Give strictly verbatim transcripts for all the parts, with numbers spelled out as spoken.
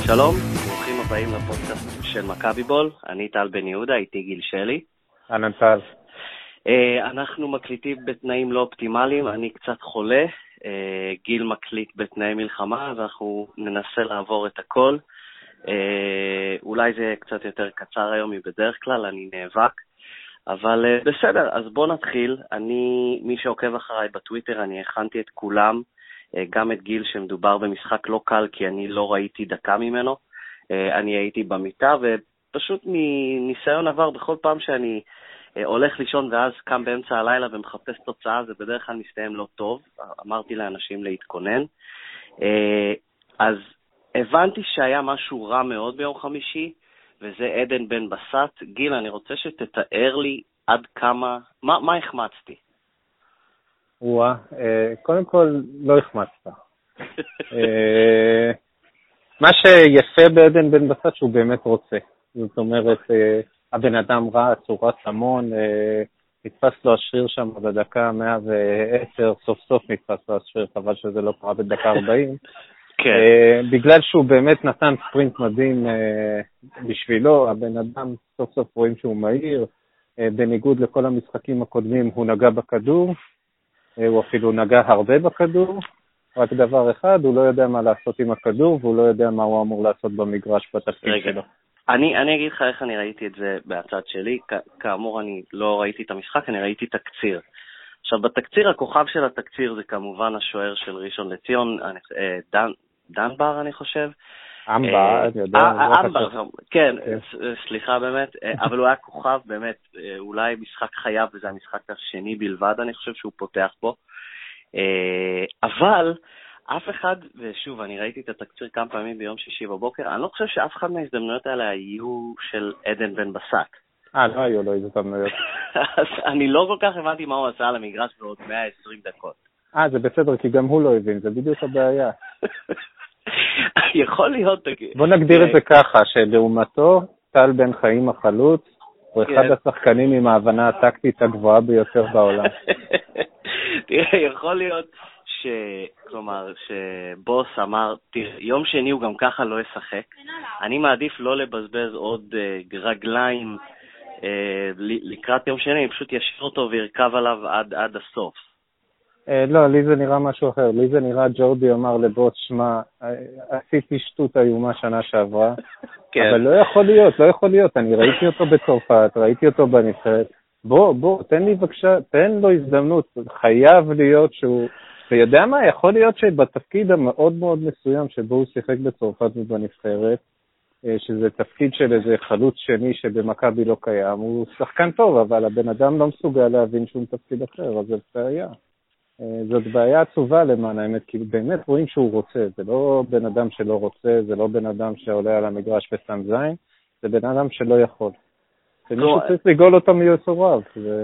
שלום, ברוכים הבאים לפודקאסט של מכבי בול. אני טל בן יהודה, איתי גיל שלי. אהלן טל. אנחנו מקליטים בתנאים לא אופטימליים, אני קצת חולה, גיל מקליט בתנאי מלחמה, ואנחנו ננסה לעבור את הכל. אולי זה קצת יותר קצר היום מבדרך כלל, אני נאבק, אבל בסדר, אז בוא נתחיל. אני, מי שעוקב אחריי בטוויטר, אני הכנתי את כולם, גם את גיל שמדובר במשחק לא קל, כי אני לא ראיתי דקה ממנו. אני הייתי במיטה, ופשוט מניסיון עבר, בכל פעם שאני הולך לישון ואז קם באמצע הלילה ומחפש תוצאה, זה בדרך כלל מסתיים לא טוב. אמרתי לאנשים להתכונן. אז הבנתי שהיה משהו רע מאוד ביום חמישי, וזה עדן בן בסט. גיל, אני רוצה שתתאר לי עד כמה, מה, מה החמצתי? וואה, קודם כל לא החמצת. מה שיפה בעדן בן בסט שהוא באמת רוצה. זאת אומרת, הבן אדם רץ, הוא רץ המון, נתפס לו השריר שם בדקה מאה ועשר, סוף סוף נתפס לו השריר, חבל שזה לא קרה בדקה ארבעים. כן. בגלל שהוא באמת נתן ספרינט מדהים בשבילו, הבן אדם סוף סוף רואים שהוא מהיר, בניגוד לכל המשחקים הקודמים הוא נגע בכדור, הוא אפילו נגע הרבה בכדור, רק דבר אחד, הוא לא יודע מה לעשות עם הכדור, והוא לא יודע מה הוא אמור לעשות במגרש בתפקיד שלו. אני, אני אגיד לך איך אני ראיתי את זה מהצד שלי. כאמור, אני לא ראיתי את המשחק, אני ראיתי תקציר. עכשיו, בתקציר, הכוכב של התקציר זה כמובן השוער של ראשון לציון, דן, דן בר, אני חושב. אמבר, אני יודע. אמבר, כן, סליחה באמת, אבל הוא היה כוכב באמת, אולי משחק חייו, וזה המשחק השני בלבד, אני חושב שהוא פותח בו. אבל אף אחד, ושוב, אני ראיתי את התקציר כמה פעמים ביום שישי בבוקר, אני לא חושב שאף אחד מההזדמנויות האלה היו של עדן בן בסט. אה, לא היו לו הזדמנויות. אז אני לא כל כך הבנתי מה הוא עשה על המגרש בעוד מאה ועשרים דקות. אה, זה בסדר, כי גם הוא לא הבין, זה בדיוק הבעיה. יכול להיות... בוא נגדיר את זה ככה, שלעומתו, טל בן חיים החלוץ, הוא אחד השחקנים עם ההבנה הטקטית הגבוהה ביותר בעולם. תראה, יכול להיות ש... כלומר, שבוס אמר, תראה, יום שני הוא גם ככה לא ישחק, אני מעדיף לא לבזבז עוד רגליים לקראת יום שני, אני פשוט ישאיר אותו וירכב עליו עד, עד הסוף. לא, לי זה נראה משהו אחר. לי זה נראה ג'ורדי אמר לבוס, שמה, עשיתי שטות איומה שנה שעברה, אבל לא יכול להיות, לא יכול להיות. אני ראיתי אותו בצרפת, ראיתי אותו בנבחרת. בוא, בוא, תן לי בבקשה, תן לו הזדמנות. חייב להיות שהוא, ויודע מה, יכול להיות שבתפקיד המאוד מאוד מסוים שבו הוא שיחק בצרפת ובנבחרת, שזה תפקיד של איזה חלוץ שני שבמכבי לא קיים, הוא שחקן טוב, אבל הבן אדם לא מסוגל להבין שום תפקיד אחר, אז זה בעיה. זאת בעיה עצובה למען האמת, כי באמת רואים שהוא רוצה, זה לא בן אדם שלא רוצה, זה לא בן אדם שעולה על המגרש ושם זין, זה בן אדם שלא יכול. ומישהו צריך לגול אותו מיוסוריו.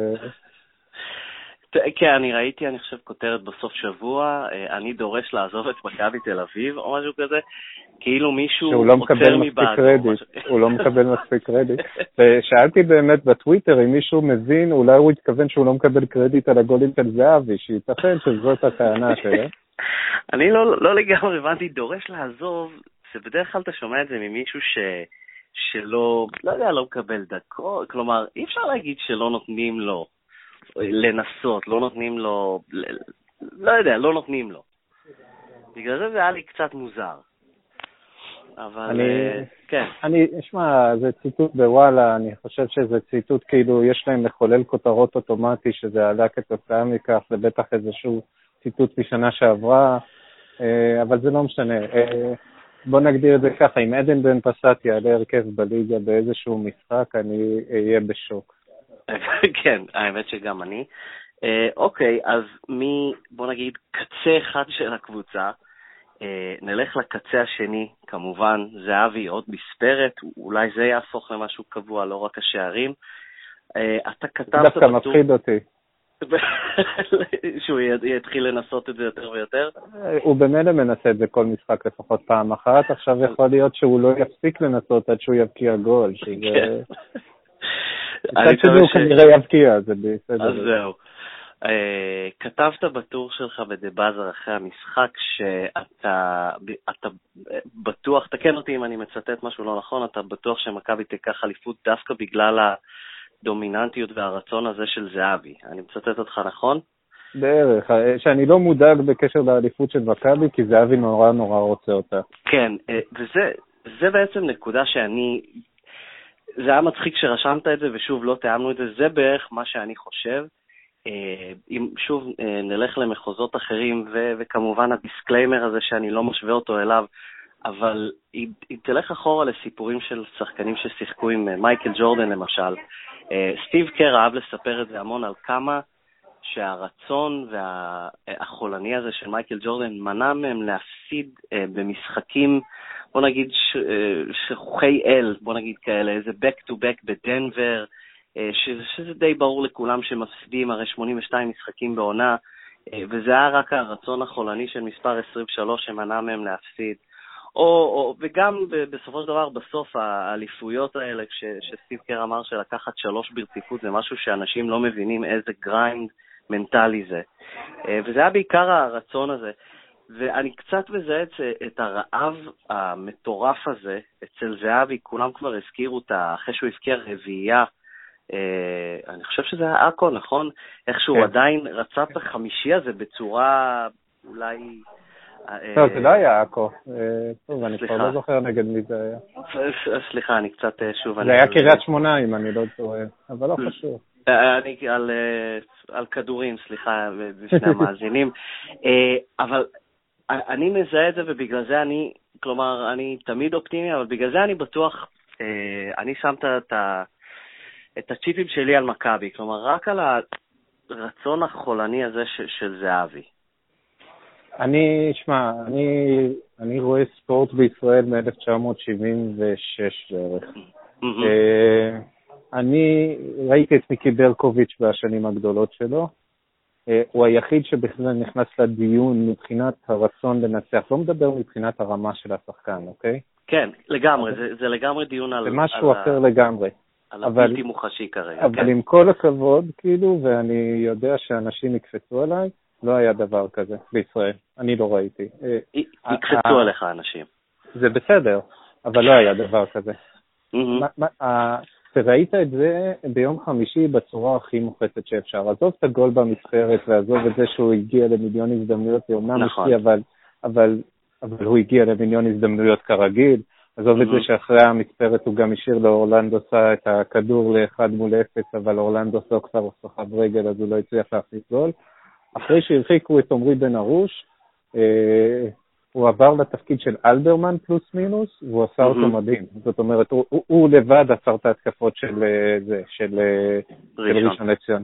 כן, אני ראיתי, אני חושב, כותרת בסוף שבוע, אני דורש לעזוב את מכבי תל אביב, או משהו כזה, כאילו מישהו עוצר מבעדו. הוא לא מקבל מספיק קרדיט. ושאלתי באמת בטוויטר, אם מישהו מבין, אולי הוא התכוון שהוא לא מקבל קרדיט על הגולים של זהבי, שייתכן שזאת הטענה שלו. אני לא לגמרי הבנתי, דורש לעזוב, שבדרך כלל אתה שומע את זה ממישהו ש... שלא, לא יודע, לא מקבל דקות, כלומר, אי אפשר להגיד שלא נותנים לו לנסות, לא נותנים לו, לא יודע, לא נותנים לו. בגלל זה זה היה לי קצת מוזר. אבל, אני, כן. אני, אשמע, זה ציטוט בוואלה, אני חושב שזה ציטוט כאילו יש להם לחולל כותרות אוטומטי, שזה עלה כתוצאה מכך, זה בטח איזשהו ציטוט משנה שעברה, אבל זה לא משנה. בוא נגדיר את זה ככה, אם עדן בן בסט יעלה הרכב בליגה באיזשהו משחק, אני אהיה בשוק. כן, האמת שגם אני. אוקיי, אז מי, בוא נגיד, קצה אחד של הקבוצה, נלך לקצה השני, כמובן, זהבי עוד מספרת, אולי זה יהפוך למשהו קבוע, לא רק השערים. אתה כתבת... דווקא מפחיד אותי. שהוא יתחיל לנסות את זה יותר ויותר? הוא במילא מנסה את זה כל משחק לפחות פעם אחת, עכשיו יכול להיות שהוא לא יפסיק לנסות עד שהוא יבקיע גול, שזה... קצת שני הוא כנראה יבקיע, זה בסדר. אז זהו. כתבת בטור שלך בדבאזר אחרי המשחק שאתה אתה בטוח, תקן אותי אם אני מצטט משהו לא נכון, אתה בטוח שמכבי תיקח אליפות דווקא בגלל הדומיננטיות והרצון הזה של זהבי. אני מצטט אותך נכון? בערך, שאני לא מודאג בקשר לאליפות של מכבי, כי זהבי נורא נורא רוצה אותה. כן, וזה זה בעצם נקודה שאני, זה היה מצחיק שרשמת את זה, ושוב לא תאמנו את זה, זה בערך מה שאני חושב. אם שוב נלך למחוזות אחרים, ו- וכמובן הדיסקליימר הזה שאני לא משווה אותו אליו, אבל אם, אם תלך אחורה לסיפורים של שחקנים ששיחקו עם מייקל ג'ורדן למשל, סטיב קר אהב לספר את זה המון על כמה שהרצון והחולני הזה של מייקל ג'ורדן מנע מהם להפסיד במשחקים, בוא נגיד שכוחי אל, בוא נגיד כאלה, איזה back to back בדנבר, שזה די ברור לכולם שמפסידים הרי שמונים ושתיים משחקים בעונה, וזה היה רק הרצון החולני של מספר עשרים ושלוש שמנע מהם להפסיד. או, או, וגם בסופו של דבר בסוף האליפויות האלה, שסטיב קר אמר שלקחת שלוש ברציפות, זה משהו שאנשים לא מבינים איזה גריינד מנטלי זה. וזה היה בעיקר הרצון הזה. ואני קצת מזהה את, את הרעב המטורף הזה אצל זהבי, כולם כבר הזכירו אותה, אחרי שהוא הבקיע רביעייה, Uh, אני חושב שזה היה אקו, נכון? איכשהו כן. עדיין רצה את החמישי הזה בצורה אולי... לא, זה לא היה אקו. טוב, אני כבר לא זוכר נגד מי זה היה. סליחה, אני קצת שוב... זה היה קריית שמונה, אם אני לא טועה, אבל לא חשוב. אני על, על כדורים, סליחה, בפני המאזינים. אבל אני מזהה את זה, ובגלל זה אני, כלומר, אני תמיד אופטימי, אבל בגלל זה אני בטוח, אני שמת את ה... את הצ'יפים שלי על מכבי, כלומר, רק על הרצון החולני הזה ש, של זהבי. אני, שמע, אני, אני רואה ספורט בישראל מ-אלף תשע מאות שבעים ושש בערך. Mm-hmm. אני ראיתי את מיקי ברקוביץ' בשנים הגדולות שלו. הוא היחיד שבכלל נכנס לדיון מבחינת הרצון לנצח. לא מדבר מבחינת הרמה של השחקן, אוקיי? כן, לגמרי. זה, זה לגמרי דיון על... זה משהו על אחר ה... לגמרי. על הבלתי מוחשי כרגע. אבל כן. עם כל הכבוד, כאילו, ואני יודע שאנשים יקפצו עליי, לא היה דבר כזה בישראל. אני לא ראיתי. יקפצו עליך אנשים. זה בסדר, אבל לא היה דבר כזה. ראית את זה ביום חמישי בצורה הכי מוחצת שאפשר. עזוב את הגול במספרת, ועזוב את זה שהוא הגיע למיליון הזדמנויות, זה אומנם משקיע, אבל הוא הגיע למיליון הזדמנויות כרגיל. עזוב את זה שאחרי המספרת הוא גם השאיר לאורלנדו סא את הכדור לאחד מול אפס, אבל אורלנדו סא כבר סחב רגל, אז הוא לא הצליח להכניס גול. אחרי שהרחיקו את עומרי בן ארוש, אה, הוא עבר לתפקיד של אלברמן פלוס מינוס, והוא עשה אותו מדהים. זאת אומרת, הוא, הוא, הוא לבד עצר את ההתקפות של זה, של ראשון לציון.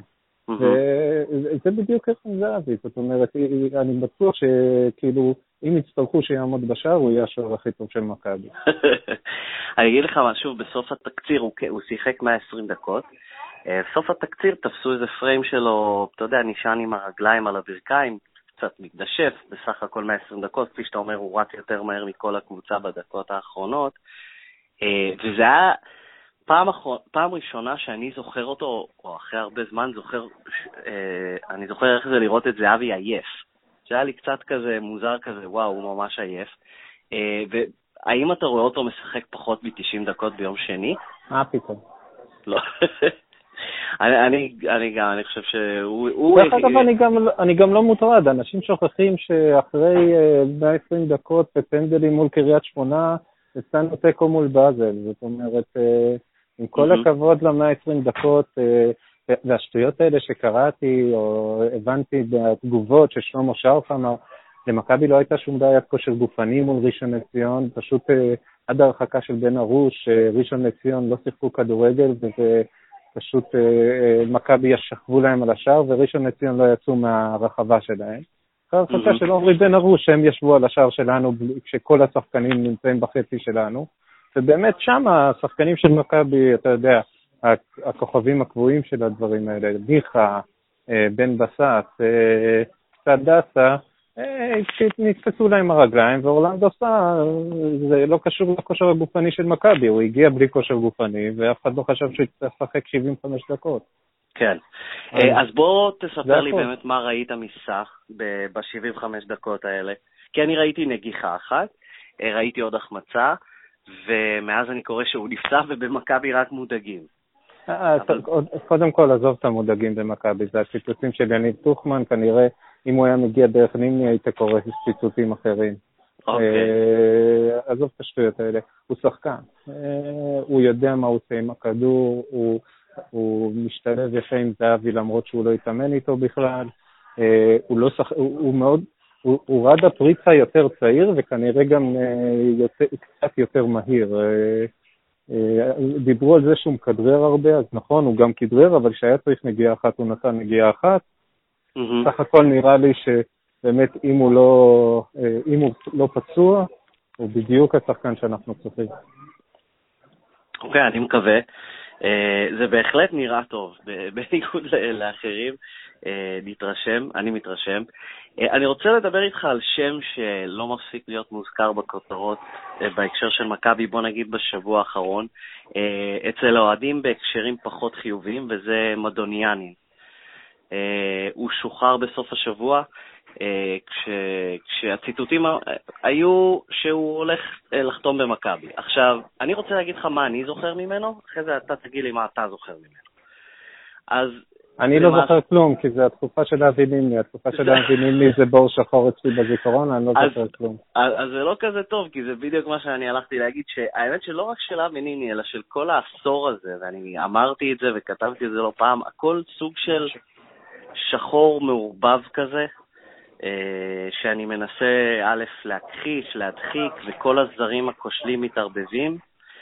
וזה בדיוק איך זהבי, זאת אומרת, אני בטוח שכאילו, אם יצטרכו שיעמוד בשער, הוא יהיה השוער הכי טוב של מכבי. אני אגיד לך משהו, בסוף התקציר הוא שיחק מאה ועשרים דקות, בסוף התקציר תפסו איזה פריים שלו, אתה יודע, נשען עם הרגליים על הברכיים, קצת מתדשף, בסך הכל מאה ועשרים דקות, כפי שאתה אומר, הוא רץ יותר מהר מכל הקבוצה בדקות האחרונות, וזה היה פעם, פעם ראשונה שאני זוכר אותו, או אחרי הרבה זמן זוכר, אני זוכר איך זה לראות את זהבי עייף. שהיה לי קצת כזה מוזר כזה, וואו, הוא ממש עייף. והאם אתה רואה אותו משחק פחות מ-תשעים דקות ביום שני? מה פתאום? לא. אני, אני, אני גם, אני חושב שהוא... דרך אגב, אני גם, אני גם לא מוטרד. אנשים שוכחים שאחרי מאה ועשרים דקות בפנדלים מול קריית שמונה, יצאנו תיקו מול באזל. זאת אומרת, עם כל הכבוד ל-מאה ועשרים דקות, והשטויות האלה שקראתי, או הבנתי בתגובות ששלמה שרף אמר, למכבי לא הייתה שום בעיית כושר גופני מול ראשון לציון, פשוט עד ההרחקה של בן ארוש, ראשון לציון לא שיחקו כדורגל, וזה פשוט מכבי ישכבו להם על השער, וראשון לציון לא יצאו מהרחבה שלהם. אחרי ההרחקה של עומרי בן ארוש, הם ישבו על השער שלנו, כשכל השחקנים נמצאים בחצי שלנו, ובאמת שם השחקנים של מכבי, אתה יודע, הכוכבים הקבועים של הדברים האלה, מיכה, בן בסט, קצת דסה, נתפסו להם הרגליים, ואורלנדו סא, זה לא קשור לכושר הגופני של מכבי, הוא הגיע בלי כושר גופני, ואף אחד לא חשב שהוא יצטרך לשחק שבעים וחמש דקות. כן. אז בוא תספר לי באמת מה ראית מסך ב-שבעים וחמש דקות האלה. כי אני ראיתי נגיחה אחת, ראיתי עוד החמצה, ומאז אני קורא שהוא נפצע ובמכבי רק מודאגים. קודם כל, עזוב את המודאגים במכבי, זה הציטוטים של יניב טוחמן, כנראה אם הוא היה מגיע דרך נימני היית קורא ציטוטים אחרים. עזוב את השטויות האלה, הוא שחקן, הוא יודע מה הוא עושה עם הכדור, הוא משתלב יפה עם זהבי למרות שהוא לא יתאמן איתו בכלל, הוא מאוד, הוא רד הפריצה יותר צעיר וכנראה גם קצת יותר מהיר. דיברו על זה שהוא מכדרר הרבה, אז נכון, הוא גם כדרר, אבל כשהיה צריך נגיעה אחת, הוא נתן נגיעה אחת. סך הכל נראה לי שבאמת אם הוא לא, אם הוא לא פצוע, הוא בדיוק השחקן שאנחנו צריכים. אוקיי, אני מקווה. זה בהחלט נראה טוב, בניגוד לאחרים, נתרשם, אני מתרשם. אני רוצה לדבר איתך על שם שלא מפסיק להיות מוזכר בכותרות בהקשר של מכבי, בוא נגיד בשבוע האחרון, אצל האוהדים בהקשרים פחות חיוביים, וזה מדוניאנין. הוא שוחרר בסוף השבוע, כש, כשהציטוטים היו שהוא הולך לחתום במכבי. עכשיו, אני רוצה להגיד לך מה אני זוכר ממנו, אחרי זה אתה תגיד לי מה אתה זוכר ממנו. אז אני לא זוכר כלום, כי זה התקופה של אבי נימני, התקופה של אבי נימני זה בור שחור אצלי בזיכרון, אני לא זוכר כלום. אז זה לא כזה טוב, כי זה בדיוק מה שאני הלכתי להגיד, שהאמת שלא רק של אבי נימני, אלא של כל העשור הזה, ואני אמרתי את זה וכתבתי את זה לא פעם, הכל סוג של שחור מעורבב כזה, שאני מנסה א' להכחיש, להדחיק, וכל הזרים הכושלים מתערבבים.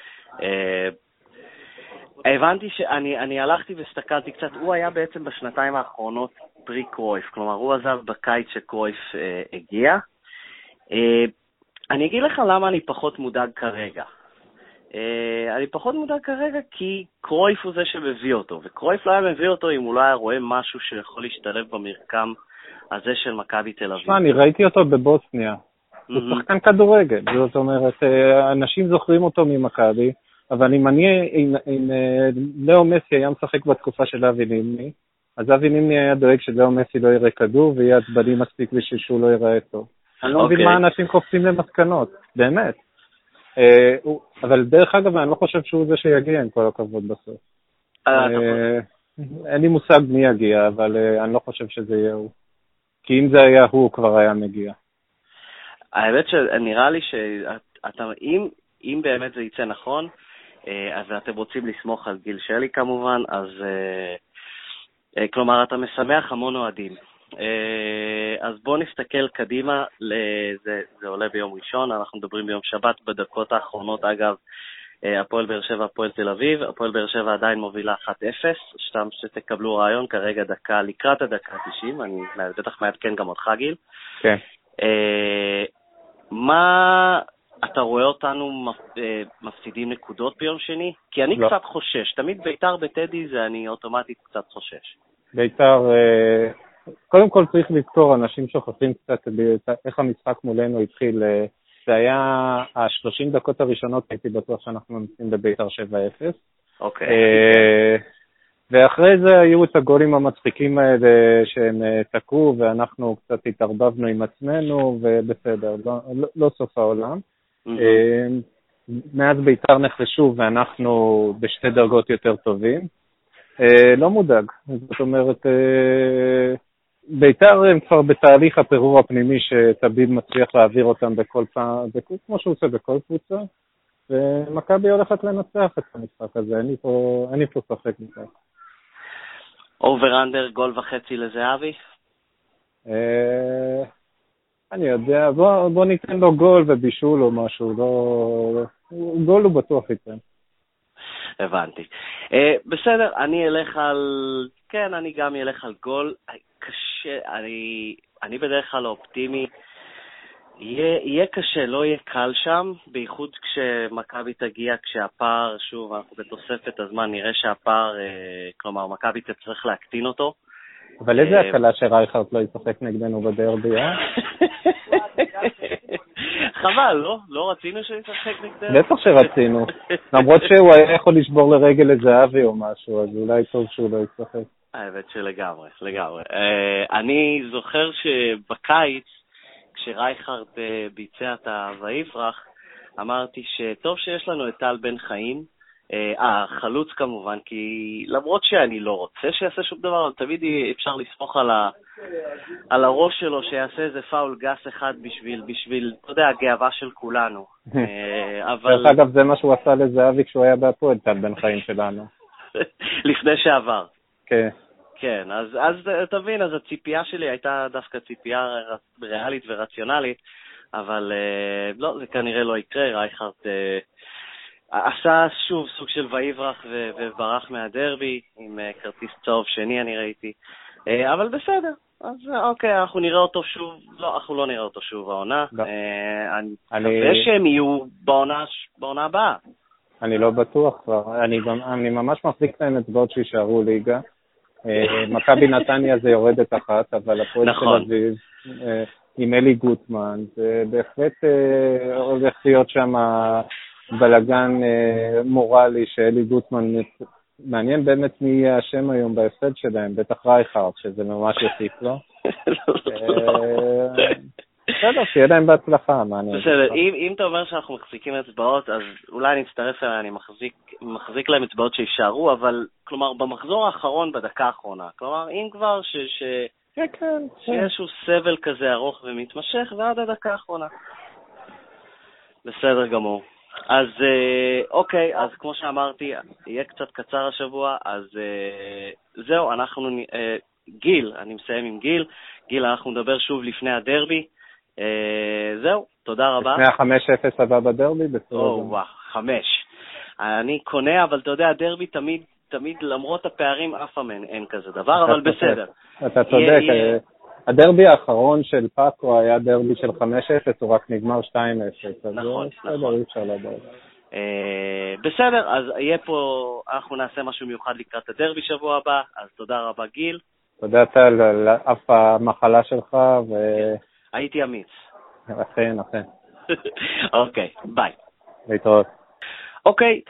הבנתי שאני אני הלכתי והסתכלתי קצת, הוא היה בעצם בשנתיים האחרונות פרי קרויף, כלומר הוא עזב בקיץ שקרויף אה, הגיע. אה, אני אגיד לך למה אני פחות מודאג כרגע. אה, אני פחות מודאג כרגע כי קרויף הוא זה שמביא אותו, וקרויף לא היה מביא אותו אם הוא לא היה רואה משהו שיכול להשתלב במרקם הזה של מכבי תל אביב. אני ראיתי אותו בבוסניה, הוא שחקן כדורגל, זאת אומרת, אנשים זוכרים אותו ממכבי, אבל אם אני, אם, אם לאו מסי היה משחק בתקופה של אבי נימני, אז אבי נימני היה דואג שלאו מסי לא יראה כדור, ויהיה עצבני מספיק בשביל שהוא לא יראה טוב. אני לא מבין מה אנשים קופצים למסקנות, באמת. אבל דרך אגב, אני לא חושב שהוא זה שיגיע עם כל הכבוד בסוף. אין לי מושג מי יגיע, אבל אני לא חושב שזה יהיה הוא. כי אם זה היה הוא, הוא כבר היה מגיע. האמת שנראה לי שאתה, אם, אם באמת זה יצא נכון, אז אתם רוצים לסמוך על גיל שלי כמובן, אז כלומר אתה משמח המון אוהדים. אז בואו נסתכל קדימה, זה, זה עולה ביום ראשון, אנחנו מדברים ביום שבת בדקות האחרונות, אגב, הפועל באר שבע, הפועל תל אביב, הפועל באר שבע עדיין מובילה אחת אפס, שתם שתקבלו רעיון, כרגע דקה, לקראת הדקה תשעים, אני בטח מעדכן גם אותך גיל. כן. מה אתה רואה אותנו מפסידים נקודות ביום שני? כי אני קצת חושש, תמיד ביתר בטדי זה אני אוטומטית קצת חושש. ביתר, קודם כל צריך לזכור, אנשים שוכחים קצת איך המשחק מולנו התחיל, זה היה ה-שלושים דקות הראשונות, הייתי בטוח שאנחנו נמצאים בביתר שבע אפס. אוקיי. ואחרי זה היו את הגולים המצחיקים האלה שהם תקעו, ואנחנו קצת התערבבנו עם עצמנו, ובסדר, לא, לא, לא סוף העולם. מאז ביתר נחלשו, ואנחנו בשתי דרגות יותר טובים. לא מודאג, זאת אומרת, ביתר הם כבר בתהליך הפירור הפנימי שטביב מצליח להעביר אותם בכל פעם, כמו שהוא עושה בכל קבוצה, ומכבי הולכת לנצח את המשחק הזה, אני פה, אני פה שחק בכך. אובר אנדר גול וחצי לזהבי? אני יודע, בוא, בוא ניתן לו גול ובישול או משהו, לא, גול הוא בטוח ייתן. הבנתי. בסדר, אני אלך על, כן, אני גם אלך על גול. קשה, אני, אני בדרך כלל אופטימי. יהיה, יהיה קשה, לא יהיה קל שם, בייחוד כשמכבי תגיע, כשהפער, שוב, אנחנו בתוספת הזמן, נראה שהפער, כלומר, מכבי תצטרך להקטין אותו. אבל איזה הקלה שרייכרד לא ישחק נגדנו בדרבי, אה? חבל, לא? לא רצינו שישחק נגדנו? בטח שרצינו. למרות שהוא היה יכול לשבור לרגל לזהבי או משהו, אז אולי טוב שהוא לא ישחק. האמת שלגמרי, לגמרי. אני זוכר שבקיץ, כשרייכרד ביצע את הויפרח, אמרתי שטוב שיש לנו את טל בן חיים, החלוץ כמובן, כי למרות שאני לא רוצה שיעשה שום דבר, אבל תמיד אפשר לסמוך על, ה, על הראש שלו שיעשה איזה פאול גס אחד בשביל, בשביל, אתה יודע, הגאווה של כולנו. אבל... דרך אגב, זה מה שהוא עשה לזהבי כשהוא היה בהפועל, טל בן חיים שלנו. לפני שעבר. כן. כן, אז, אז תבין, אז הציפייה שלי הייתה דווקא ציפייה ריאלית ורציונלית, אבל לא, זה כנראה לא יקרה. רייכרד עשה שוב סוג של ויברח ו- וברח מהדרבי עם כרטיס צהוב שני, אני ראיתי, אבל בסדר. אז אוקיי, אנחנו נראה אותו שוב. לא, אנחנו לא נראה אותו שוב העונה. לא. אני אני... מקווה שהם יהיו בעונה, בעונה הבאה. אני לא בטוח כבר. אני, אני ממש מחזיק להם אצבעות שישארו ליגה. מכבי נתניה זה יורדת אחת, אבל הפועל תל אביב עם אלי גוטמן, זה בהחלט הולך להיות שם בלגן מורלי שאלי גוטמן, מעניין באמת מי יהיה השם היום בהפסד שלהם, בטח רייכרד, שזה ממש יוסיף לו. בסדר, שיהיה להם בהצלחה. בסדר, אם אתה אומר שאנחנו מחזיקים אצבעות, אז אולי אני אצטרף אליי, אני מחזיק להם אצבעות שישארו, אבל כלומר במחזור האחרון, בדקה האחרונה, כלומר אם כבר שישהו סבל כזה ארוך ומתמשך, ועד הדקה האחרונה. בסדר גמור. אז אוקיי, אז כמו שאמרתי, יהיה קצת קצר השבוע, אז זהו, אנחנו, גיל, אני מסיים עם גיל, גיל, אנחנו נדבר שוב לפני הדרבי, זהו, תודה רבה. לפני החמש אפס הבא בדרבי? או, וואו, חמש. אני קונה, אבל אתה יודע, הדרבי תמיד, תמיד למרות הפערים, אף פעם אין כזה דבר, אבל בסדר. אתה צודק, הדרבי האחרון של פאקו היה דרבי של חמש אפס, הוא רק נגמר שתיים אפס. נכון, נכון. בסדר, אז יהיה פה, אנחנו נעשה משהו מיוחד לקראת הדרבי שבוע הבא, אז תודה רבה גיל. תודה טל על אף המחלה שלך. הייתי אמיץ. אכן, אכן. אוקיי, ביי. להתראות. אוקיי,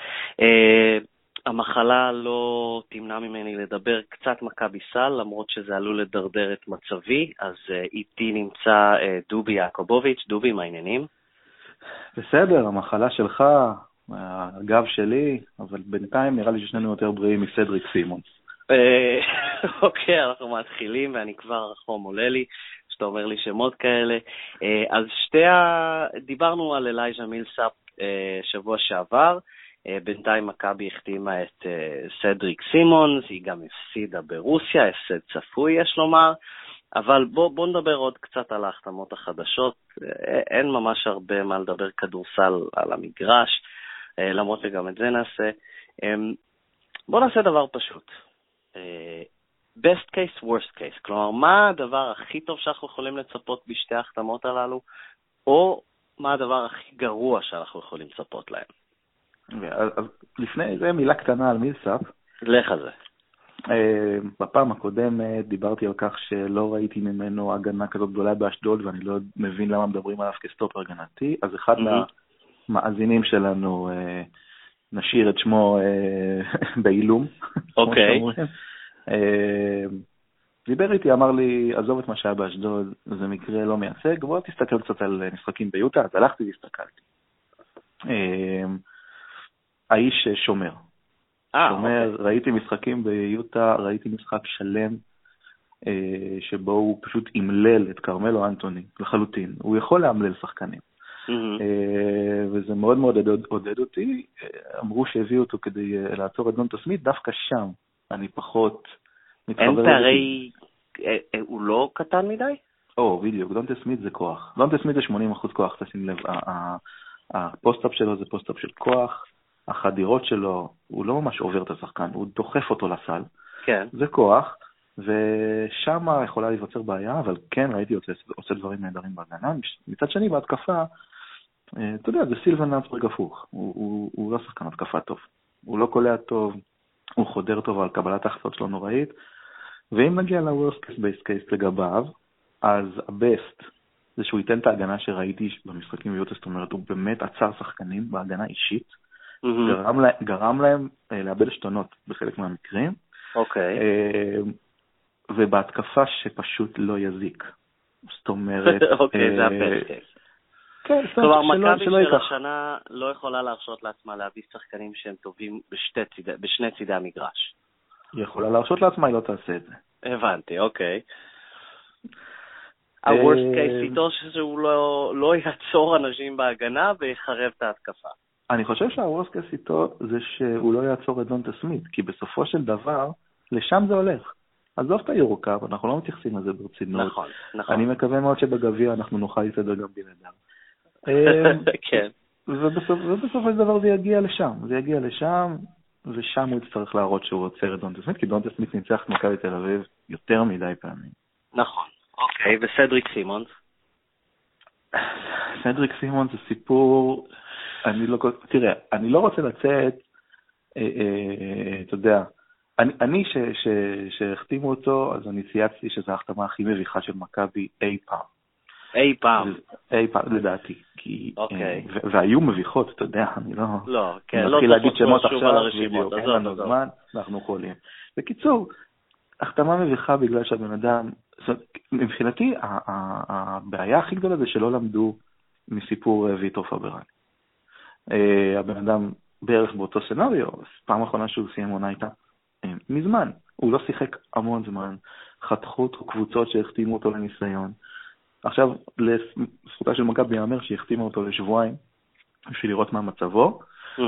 המחלה לא תמנע ממני לדבר קצת מכבי סל, למרות שזה עלול לדרדר את מצבי, אז איתי נמצא דובי יעקובוביץ'. דובי, מה העניינים? בסדר, המחלה שלך, הגב שלי, אבל בינתיים נראה לי ששנינו יותר בריאים מסדריק סימונס. אוקיי, אנחנו מתחילים ואני כבר חום עולה לי, שאתה אומר לי שמות כאלה. אז שתי ה... דיברנו על אלייג'ה מילסאפ שבוע שעבר, בינתיים מכבי החתימה את סדריק סימונס, היא גם הפסידה ברוסיה, הפסד צפוי יש לומר, אבל בוא, בוא נדבר עוד קצת על ההחתמות החדשות. אין ממש הרבה מה לדבר כדורסל על המגרש, למרות שגם את זה נעשה. בוא נעשה דבר פשוט. best case, worst case. כלומר, מה הדבר הכי טוב שאנחנו יכולים לצפות בשתי ההחתמות הללו, או מה הדבר הכי גרוע שאנחנו יכולים לצפות להם? אז לפני זה מילה קטנה על מילסאפ. לך על זה. בפעם הקודמת דיברתי על כך שלא ראיתי ממנו הגנה כזאת גדולה באשדוד, ואני לא מבין למה מדברים עליו כסטופר הגנתי. אז אחד מהמאזינים שלנו, נשאיר את שמו באילום. אוקיי. דיבר איתי, אמר לי, עזוב את מה שהיה באשדוד, זה מקרה לא מייצג, בוא תסתכל קצת על משחקים ביוטה. אז הלכתי והסתכלתי. האיש שומר. שומר, ראיתי משחקים ביוטה, ראיתי משחק שלם, שבו הוא פשוט ימלל את קרמלו אנטוני, לחלוטין. הוא יכול להמלל שחקנים. וזה מאוד מאוד עודד אותי. אמרו שהביאו אותו כדי לעצור את דונטה סמית, דווקא שם אני פחות מתחבר. אין פערי, הוא לא קטן מדי? או, בדיוק, דונטה סמית זה כוח. דונטה סמית זה שמונים אחוז כוח, תשים לב. הפוסט-אפ שלו זה פוסט-אפ של כוח, החדירות שלו, הוא לא ממש עובר את השחקן, הוא דוחף אותו לסל. כן. זה כוח, ושם יכולה להיווצר בעיה, אבל כן ראיתי עושה, עושה דברים נהדרים בהגנה. מצד שני, בהתקפה, אתה יודע, זה סילבן לנדסברג הפוך. הוא, הוא, הוא לא שחקן התקפה טוב. הוא לא קולע טוב, הוא חודר טוב על קבלת ההחלטות שלו נוראית. ואם נגיע ל-worst case base case לגביו, אז הבסט זה שהוא ייתן את ההגנה שראיתי במשחקים ביוטה, זאת אומרת, הוא באמת עצר שחקנים בהגנה אישית, mm-hmm. גרם, לה, גרם להם אה, לאבד שתונות בחלק מהמקרים, אוקיי. אה, ובהתקפה שפשוט לא יזיק. זאת אומרת... אוקיי, זה הפסק. כן, כלומר, מכבי של השנה לא יכולה להרשות לעצמה להביא שחקנים שהם טובים בשני צידי המגרש. היא יכולה להרשות לעצמה, היא לא תעשה את זה. הבנתי, אוקיי. ה-worst case איתו שהוא לא יעצור אנשים בהגנה ויחרב את ההתקפה. אני חושב שה-worst case איתו זה שהוא לא יעצור את דונטה סמית, כי בסופו של דבר, לשם זה הולך. עזוב את היורוקאפ, אנחנו לא מתייחסים לזה ברצינות. נכון, נכון. אני מקווה מאוד שבגביע אנחנו נוכל להסתדר גם בלעדיו. כן. ובסוף, ובסופו של דבר זה יגיע לשם, זה יגיע לשם, ושם הוא יצטרך להראות שהוא עוצר את דונטה סמית, כי דונטה סמית ניצח את מכבי תל אביב יותר מדי פעמים. נכון, אוקיי, וסדריק סימונס? סדריק סימונס זה סיפור, אני לא, תראה, אני לא רוצה לצאת, אה, אה, אתה יודע, אני, אני ש, ש, שהחתימו אותו, אז אני צייצתי שזו ההחתמה הכי מביכה של מכבי אי פעם. אי פעם. אי פעם, לדעתי. כי, אוקיי. ו- והיו מביכות, אתה יודע, אני לא... לא, כן, לא נתחיל להגיד שמות שוב עכשיו, על הרשימות. אין לנו זמן, אנחנו יכולים. בקיצור, החתמה מביכה בגלל שהבן אדם... מבחינתי, הבעיה הכי גדולה זה שלא למדו מסיפור ויטור פברני. הבן אדם בערך באותו סנריו, פעם האחרונה שהוא סיים עונה איתה, מזמן. הוא לא שיחק המון זמן, חתכו אותו קבוצות שהחתימו אותו לניסיון. עכשיו, לזכותה של מכבי יאמר שהחתימה אותו לשבועיים, בשביל לראות מה מצבו.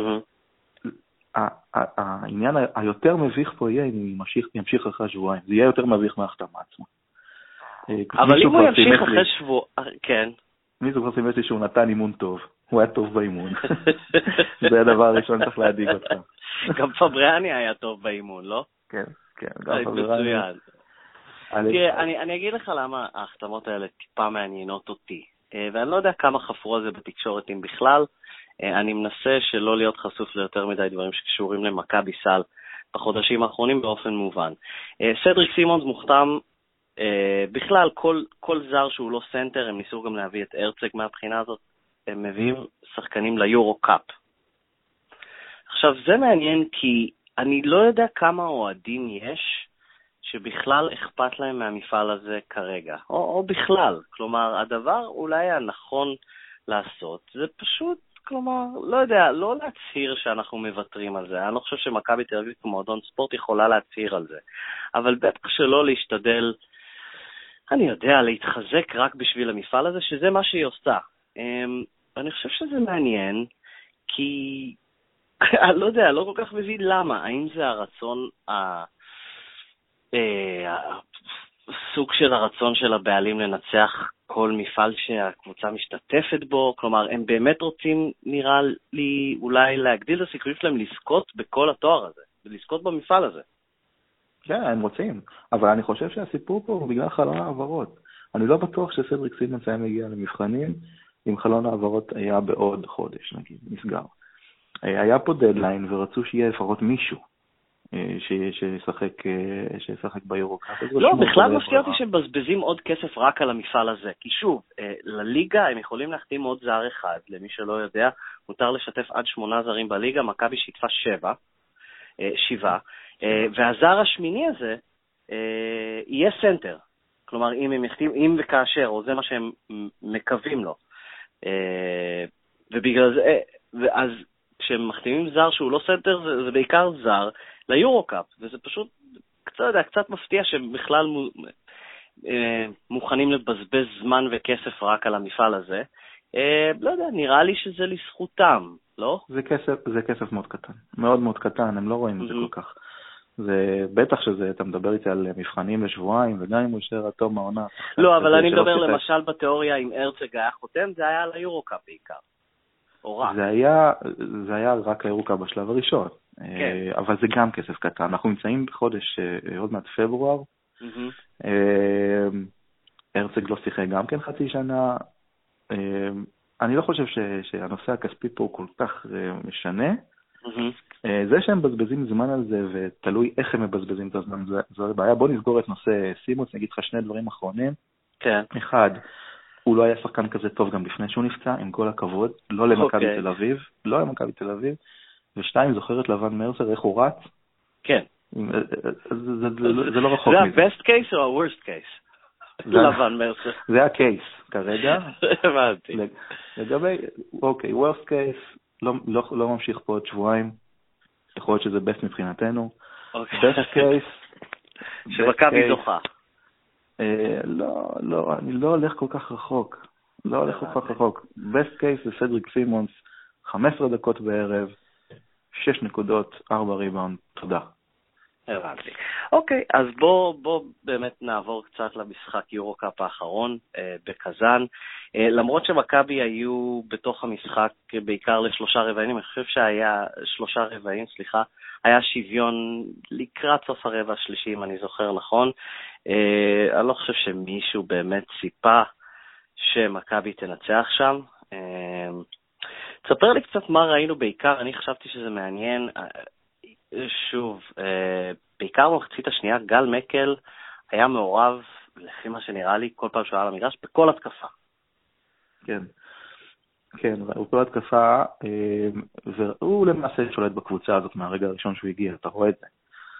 העניין היותר מביך פה יהיה אם הוא ימשיך אחרי שבועיים. זה יהיה יותר מביך מההחתמה עצמה. אבל אם הוא ימשיך אחרי שבוע... כן. מישהו כבר סימס לי שהוא נתן אימון טוב. הוא היה טוב באימון. זה הדבר הראשון שצריך להדיג אותך. גם פבריאני היה טוב באימון, לא? כן, כן. גם פבריאני. תראה, אני אגיד לך למה ההחתמות האלה טיפה מעניינות אותי. ואני לא יודע כמה חפרו על זה בתקשורת אם בכלל. אני מנסה שלא להיות חשוף ליותר מדי דברים שקשורים למכבי סל בחודשים האחרונים באופן מובן. סדריק סימונס מוחתם, בכלל כל, כל זר שהוא לא סנטר, הם ניסו גם להביא את הרצג מהבחינה הזאת, הם מביאים שחקנים ליורו-קאפ. עכשיו זה מעניין כי אני לא יודע כמה אוהדים יש שבכלל אכפת להם מהמפעל הזה כרגע, או, או בכלל. כלומר, הדבר אולי הנכון לעשות, זה פשוט, כלומר, לא יודע, לא להצהיר שאנחנו מוותרים על זה. אני לא חושב שמכבי תל אביב כמועדון ספורט יכולה להצהיר על זה. אבל בטח שלא להשתדל, אני יודע, להתחזק רק בשביל המפעל הזה, שזה מה שהיא עושה. אני חושב שזה מעניין, כי, אני לא יודע, לא כל כך מבין למה. האם זה הרצון, הסוג של הרצון של הבעלים לנצח כל מפעל שהקבוצה משתתפת בו? כלומר, הם באמת רוצים, נראה לי, אולי להגדיל את הסיכויים שלהם לזכות בכל התואר הזה, ולזכות במפעל הזה. כן, הם רוצים. אבל אני חושב שהסיפור פה הוא בגלל חלון העברות. אני לא בטוח שסדריק סימונס היה מגיע למבחנים, אם חלון העברות היה בעוד חודש, נגיד, נסגר. היה פה דדליין ורצו שיהיה לפחות מישהו שישחק, שישחק ביורוקאפ. לא, בכלל מפתיע אותי שהם מבזבזים עוד כסף רק על המפעל הזה. כי שוב, לליגה הם יכולים להחתים עוד זר אחד, למי שלא יודע, מותר לשתף עד שמונה זרים בליגה, מכבי שיתפה שבע, שבעה, והזר השמיני הזה יהיה סנטר. כלומר, אם הם יחתים, אם וכאשר, או זה מה שהם מקווים לו. ובגלל זה, אז כשהם מחתימים זר שהוא לא סנטר, זה, זה בעיקר זר ליורוקאפ, וזה פשוט, קצת, יודע, קצת מפתיע שהם בכלל מוכנים לבזבז זמן וכסף רק על המפעל הזה. לא יודע, נראה לי שזה לזכותם, לא? זה כסף, זה כסף מאוד קטן, מאוד מאוד קטן, הם לא רואים את זה כל כך. זה בטח שזה, אתה מדבר איתי על מבחנים לשבועיים, וגם אם הוא יישאר עד תום העונה. לא, אבל אני מדבר למשל בתיאוריה, אם הרצג היה חותם, זה היה ליורוקאפ בעיקר. זה היה, זה היה רק ליורוקאפ בשלב הראשון. כן. אבל זה גם כסף קטן. אנחנו נמצאים בחודש, עוד מעט פברואר. Mm-hmm. הרצג לא שיחק גם כן חצי שנה. אני לא חושב ש, שהנושא הכספי פה הוא כל כך משנה. Mm-hmm. זה שהם מבזבזים זמן על זה, ותלוי איך הם מבזבזים את הזמן, זו בעיה. בוא נסגור את נושא סימונס, נגיד לך שני דברים אחרונים. כן. אחד, הוא לא היה שחקן כזה טוב גם לפני שהוא נפצע, עם כל הכבוד, לא למכבי תל אביב, לא למכבי תל אביב, ושתיים, זוכרת לבן מרסר, איך הוא רץ? כן. זה לא רחוק מזה. זה ה-best case או ה-worst case? לבן מרסר. זה הקייס כרגע. הבנתי. לגבי, אוקיי, worst case, לא ממשיך פה עוד שבועיים, יכול להיות שזה best מבחינתנו. best case. שמכבי זוכה. לא, לא, אני לא הולך כל כך רחוק. לא הולך כל כך רחוק. best case זה סדריק סימונס, חמש עשרה דקות בערב, שש נקודות, ארבע ריבאונד, תודה. הבנתי. אוקיי, אז בוא, בוא באמת נעבור קצת למשחק יורו-קאפ האחרון אה, בקזאן. אה, למרות שמכבי היו בתוך המשחק בעיקר לשלושה רבעים, אני חושב שהיה שלושה רבעים, סליחה, היה שוויון לקראת סוף הרבע השלישי, אם אני זוכר נכון. אה, אני לא חושב שמישהו באמת ציפה שמכבי תנצח שם. אה, תספר לי קצת מה ראינו בעיקר, אני חשבתי שזה מעניין. שוב, בעיקר במחצית השנייה, גל מקל היה מעורב, לפי מה שנראה לי, כל פעם שהוא היה למגרש, בכל התקפה. כן, כן, הוא כל התקפה, והוא למעשה שולט בקבוצה הזאת מהרגע הראשון שהוא הגיע, אתה רואה את זה.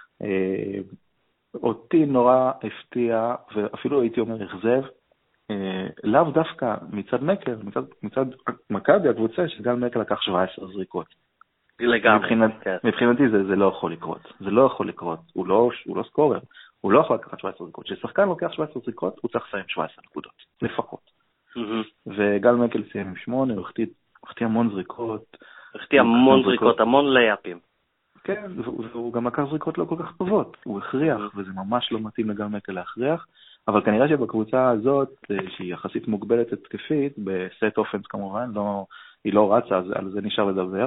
אותי נורא הפתיע, ואפילו הייתי אומר אכזב, לאו דווקא מצד מקל, מצד, מצד מכבי הקבוצה, שגל מקל לקח שבע עשרה זריקות. לגמרי. מבחינת, כן. מבחינתי זה, זה לא יכול לקרות. זה לא יכול לקרות. הוא לא, הוא לא סקורר. הוא לא יכול לקחת שבע עשרה זריקות. כששחקן לוקח שבע עשרה זריקות, הוא צריך לסיים שבע עשרה נקודות. לפחות. Mm-hmm. וגל מקל סיים עם שמונה, הוא החטיא, החטיא המון זריקות. החטיא המון זריקות, המון לייפים. כן, והוא גם לקח זריקות לא כל כך טובות. הוא הכריח, mm-hmm. וזה ממש לא מתאים לגל מקל להכריח. אבל כנראה שבקבוצה הזאת, שהיא יחסית מוגבלת התקפית, בסט אופנס כמובן, לא, היא לא רצה, אז על זה נשאר לדבר.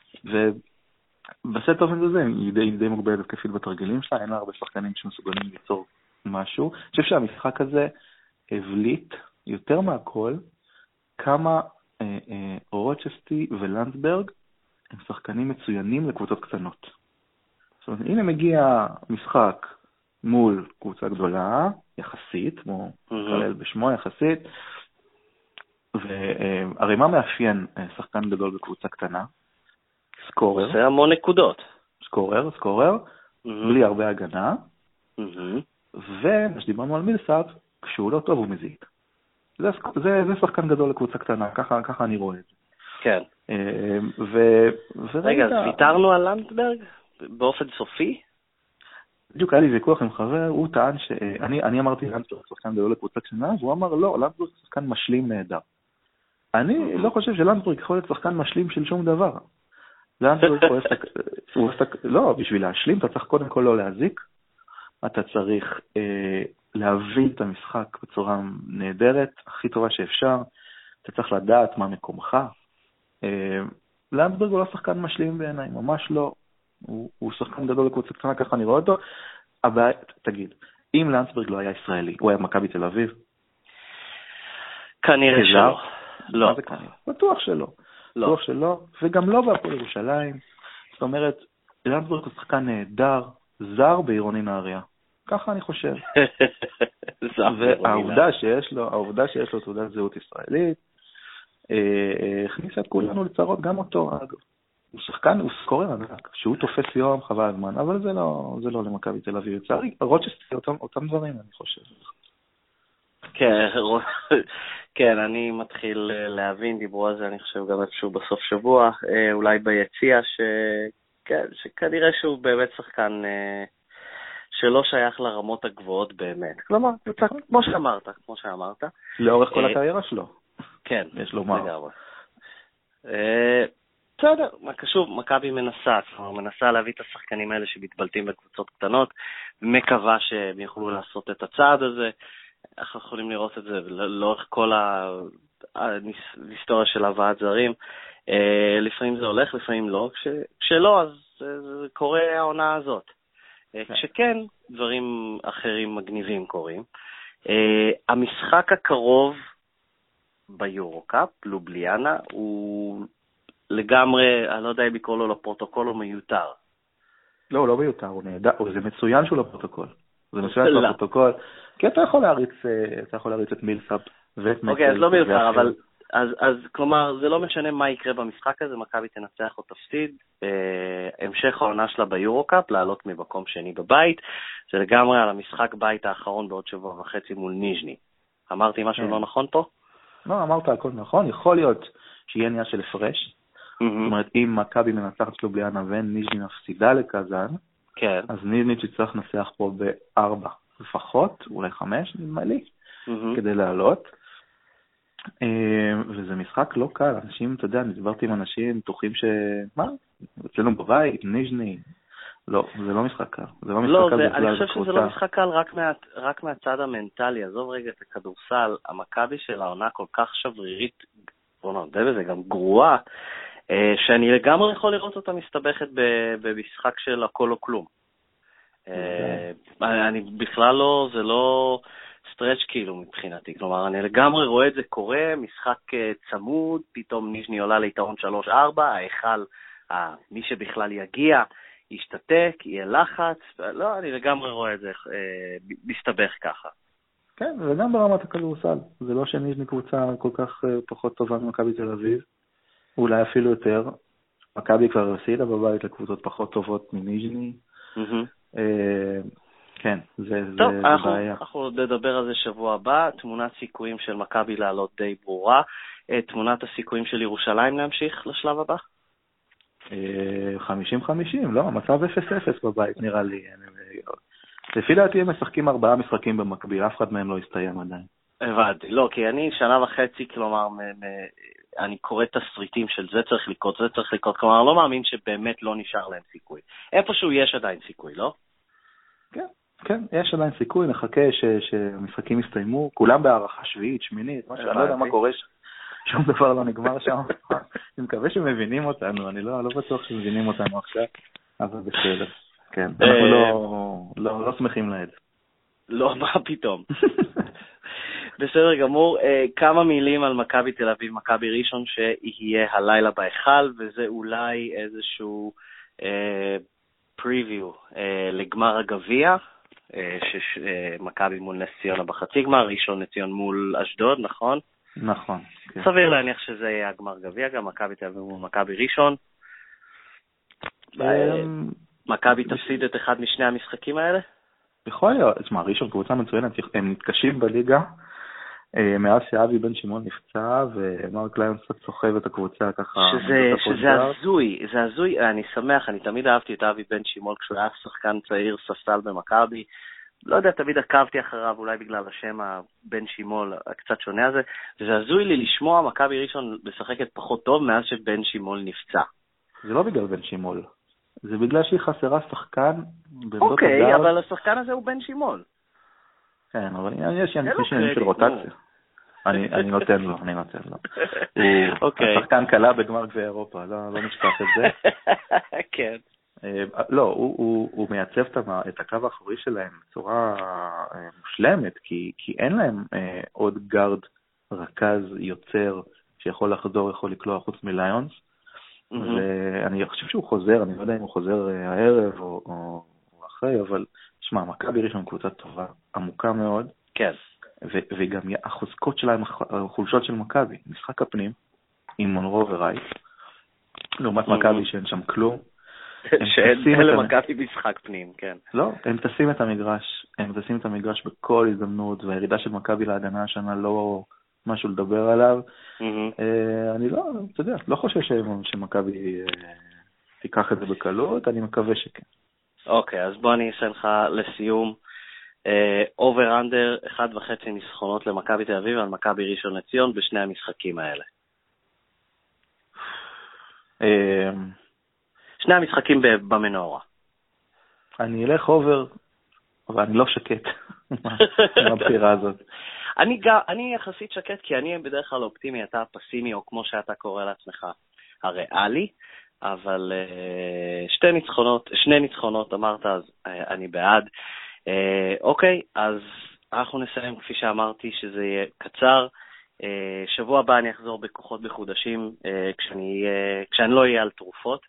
ובסט אופנס הזה היא די, די מוגבלת התקפית בתרגילים שלה, אין לה הרבה שחקנים שמסוגלים ליצור משהו. אני חושב שהמשחק הזה הבליט יותר מהכל כמה אה, אה, רוצ'סטי ולנדסברג הם שחקנים מצוינים לקבוצות קטנות. זאת אומרת, הנה מגיע משחק מול קבוצה גדולה, יחסית, כמו כלל בשמו יחסית, והרי מה מאפיין שחקן גדול בקבוצה קטנה? סקורר. זה המון נקודות. סקורר, סקורר, בלי הרבה הגנה, ומה שדיברנו על מילסאפ, כשהוא לא טוב הוא מזיק. זה, זה, זה שחקן גדול לקבוצה קטנה, ככה, ככה אני רואה את זה. כן. ו, רגע, אז ויתרנו על לנדסברג באופן סופי? בדיוק היה לי ויכוח עם חבר, הוא טען שאני אני אמרתי לנדסברג שחקן גדול לקבוצה קטנה, והוא אמר לא, לנדסברג שחקן משלים נהדר. אני לא חושב שלנדסברג יכול להיות שחקן משלים של שום דבר. לנדסברג הוא לא, בשביל להשלים אתה צריך קודם כל לא להזיק, אתה צריך אה, להבין את המשחק בצורה נהדרת, הכי טובה שאפשר, אתה צריך לדעת מה מקומך. אה, לנדסברג הוא לא שחקן משלים בעיניי, ממש לא. הוא, הוא שחקן גדול לקבוצה קטנה, ככה אני רואה אותו. אבל תגיד, אם לנדסברג לא היה ישראלי, הוא היה מכבי תל אביב? כנראה שלא. לא. מה זה כנראה? בטוח שלא. לא. בטוח שלא, וגם לא בהפועל ירושלים. זאת אומרת, לנדסברג הוא שחקן נהדר, זר בעירוני נהריה. ככה אני חושב. והעובדה שיש לו, העובדה שיש לו תעודת זהות ישראלית, הכניסה את כולנו לצרות, גם אותו, אגב. הוא שחקן, הוא סקורר ענק, שהוא תופס יום, חבל הזמן, אבל זה לא, זה לא למכבי תל אביב. צערי, רוצ'סטי, אותם, אותם דברים, אני חושב. כן, כן, אני מתחיל להבין, דיברו על זה, אני חושב גם איפשהו בסוף שבוע, אולי ביציע, ש... כן, שכנראה שהוא באמת שחקן שלא שייך לרמות הגבוהות באמת. כלומר, כמו שאמרת, כמו שאמרת. לאורך כל הקריירה שלו. כן. יש לומר. בסדר, שוב, מכבי מנסה, כלומר, מנסה להביא את השחקנים האלה שמתבלטים בקבוצות קטנות, מקווה שהם יוכלו לעשות את הצעד הזה. אנחנו יכולים לראות את זה לאורך כל ההיסטוריה של הבאת זרים. לפעמים זה הולך, לפעמים לא. כשלא, אז זה קורה העונה הזאת. כשכן, דברים אחרים מגניבים קורים. המשחק הקרוב ביורו-קאפ, לובליאנה, הוא לגמרי, אני לא יודע אם לקרוא לו לפרוטוקול או מיותר. לא, לא מיותר, הוא נהדר, זה מצוין שהוא לפרוטוקול. זה מצוין שהוא לפרוטוקול, כי אתה יכול להריץ, אתה יכול להריץ את מילסאפ אוקיי, אז לא מיותר, אבל... אז, אז כלומר, זה לא משנה מה יקרה במשחק הזה, מכבי תנצח או תפסיד, אה, המשך העונה שלה ביורוקאפ, לעלות ממקום שני בבית, זה לגמרי על המשחק בית האחרון בעוד שבוע וחצי מול ניז'ני. אמרתי משהו לא נכון פה? לא, אמרת הכל נכון, יכול להיות שיהיה עניין של הפרש, זאת אומרת, אם מכבי מנצחת שלו בלי ענבן, ניז'ני מפסידה לקזן, אז ניז'ני תצטרך לנצח פה בארבע לפחות, אולי חמש, נדמה לי, כדי לעלות. וזה משחק לא קל, אנשים, אתה יודע, דיברתי עם אנשים בטוחים ש... מה? אצלנו בבית, ניז'ני, לא, זה לא משחק קל. זה לא משחק קל בכלל. אני חושב שזה לא משחק קל רק מהצד המנטלי, עזוב רגע את הכדורסל, המכבי של העונה כל כך שברירית, בוא נודה בזה, גם גרועה, שאני לגמרי יכול לראות אותה מסתבכת במשחק של הכל או כלום. אני בכלל לא, זה לא... סטרץ' כאילו מבחינתי, כלומר אני לגמרי רואה את זה קורה, משחק צמוד, פתאום ניז'ני עולה ליתרון שלוש ארבע, ההיכל, מי שבכלל יגיע, ישתתק, יהיה לחץ, לא, אני לגמרי רואה את זה מסתבך ככה. כן, וגם ברמת הכדורסל, זה לא שניז'ני קבוצה כל כך פחות טובה ממכבי תל אביב, אולי אפילו יותר, מכבי כבר הפסידה בבית לקבוצות פחות טובות מניז'ני, כן, זה, טוב, זה אנחנו, בעיה. אנחנו נדבר על זה שבוע הבא, תמונת סיכויים של מכבי לעלות די ברורה, תמונת הסיכויים של ירושלים להמשיך לשלב הבא? חמישים חמישים, לא, המצב אפס אפס בבית נראה לי. לפי דעתי הם משחקים ארבעה משחקים במקביל, אף אחד מהם לא הסתיים עדיין. הבנתי, לא, כי אני שנה וחצי, כלומר, אני קורא תסריטים של זה צריך לקרות, זה צריך לקרות, כלומר, אני לא מאמין שבאמת לא נשאר להם סיכוי. איפשהו יש עדיין סיכוי, לא? כן. כן, יש עדיין סיכוי, נחכה שהמשחקים יסתיימו, כולם בהערכה שביעית, שמינית, מה שאני לא יודע מה קורה, שום דבר לא נגמר שם. אני מקווה שמבינים אותנו, אני לא בטוח שמבינים אותנו עכשיו, אבל בסדר. כן, אנחנו לא שמחים לעד. לא, מה פתאום. בסדר גמור, כמה מילים על מכבי תל אביב, מכבי ראשון, שיהיה הלילה בהיכל, וזה אולי איזשהו פריוויו לגמר הגביע, שמכבי מול נס ציונה בחצי גמר, ראשון לציון מול אשדוד, נכון? נכון. סביר להניח שזה יהיה הגמר גביע, גם מכבי תל אביב מול מכבי ראשון. מכבי תפסיד את אחד משני המשחקים האלה? יכול להיות, תשמע, ראשון קבוצה מצוינת, הם מתקשים בליגה, מאז שאבי בן שמעון נפצע, ומרק ליון קצת סוחב את הקבוצה ככה. שזה הזוי, זה הזוי, אני שמח, אני תמיד אהבתי את אבי בן שמעון, כשהוא היה שחקן צעיר ספסל במכבי, לא יודע, תמיד עקבתי אחריו, אולי בגלל השם הבן שמעון הקצת שונה הזה, וזה הזוי לי לשמוע מכבי ראשון משחקת פחות טוב, מאז שבן שמעון נפצע. זה לא בגלל בן שמעון, זה בגלל שהיא חסרה שחקן. אוקיי, אבל השחקן הזה הוא בן שמעון. כן, אבל יש אנשים של רוטציה. אני נותן לו, אני נותן לו. הוא השחקן קלה בגמר גביע אירופה, לא נשכח את זה. כן. לא, הוא מייצב את הקו האחורי שלהם בצורה מושלמת, כי אין להם עוד גארד רכז יוצר שיכול לחזור, יכול לקלוע חוץ מליונס. ואני חושב שהוא חוזר, אני לא יודע אם הוא חוזר הערב או אחרי, אבל תשמע, מכבי ראשון קבוצה טובה, עמוקה מאוד. כן. וגם החוזקות שלהם, החולשות של מכבי, משחק הפנים, עם מונרו ורייט, לעומת מכבי שאין שם כלום. שאין למכבי משחק פנים, כן. לא, הם תשים את המגרש, הם תשים את המגרש בכל הזדמנות, והירידה של מכבי להגנה השנה לא משהו לדבר עליו. אני לא, אתה יודע, לא חושב שמכבי תיקח את זה בקלות, אני מקווה שכן. אוקיי, אז בוא אני אעשה לך לסיום. אובר אנדר, אחד וחצי ניצחונות למכבי תל אביב על מכבי ראשון לציון בשני המשחקים האלה. שני המשחקים במנורה. אני אלך אובר, אבל אני לא שקט עם הבחירה הזאת. אני גם, אני יחסית שקט, כי אני בדרך כלל אופטימי, אתה פסימי, או כמו שאתה קורא לעצמך, הריאלי, אבל שתי ניצחונות, שני ניצחונות אמרת, אז אני בעד. אוקיי, אז אנחנו נסיים, כפי שאמרתי, שזה יהיה קצר. שבוע הבא אני אחזור בכוחות מחודשים, כשאני, כשאני לא אהיה על תרופות.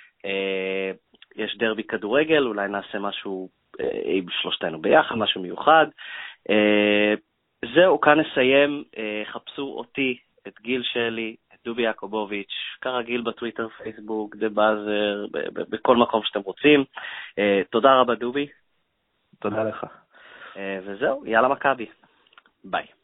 יש דרבי כדורגל, אולי נעשה משהו עם שלושתנו ביחד, משהו מיוחד. זהו, כאן נסיים. חפשו אותי, את גיל שלי, את דובי יעקובוביץ', כרגיל בטוויטר, פייסבוק, דה באזר, בכל מקום שאתם רוצים. תודה רבה דובי. תודה לך. וזהו, יאללה מכבי. ביי.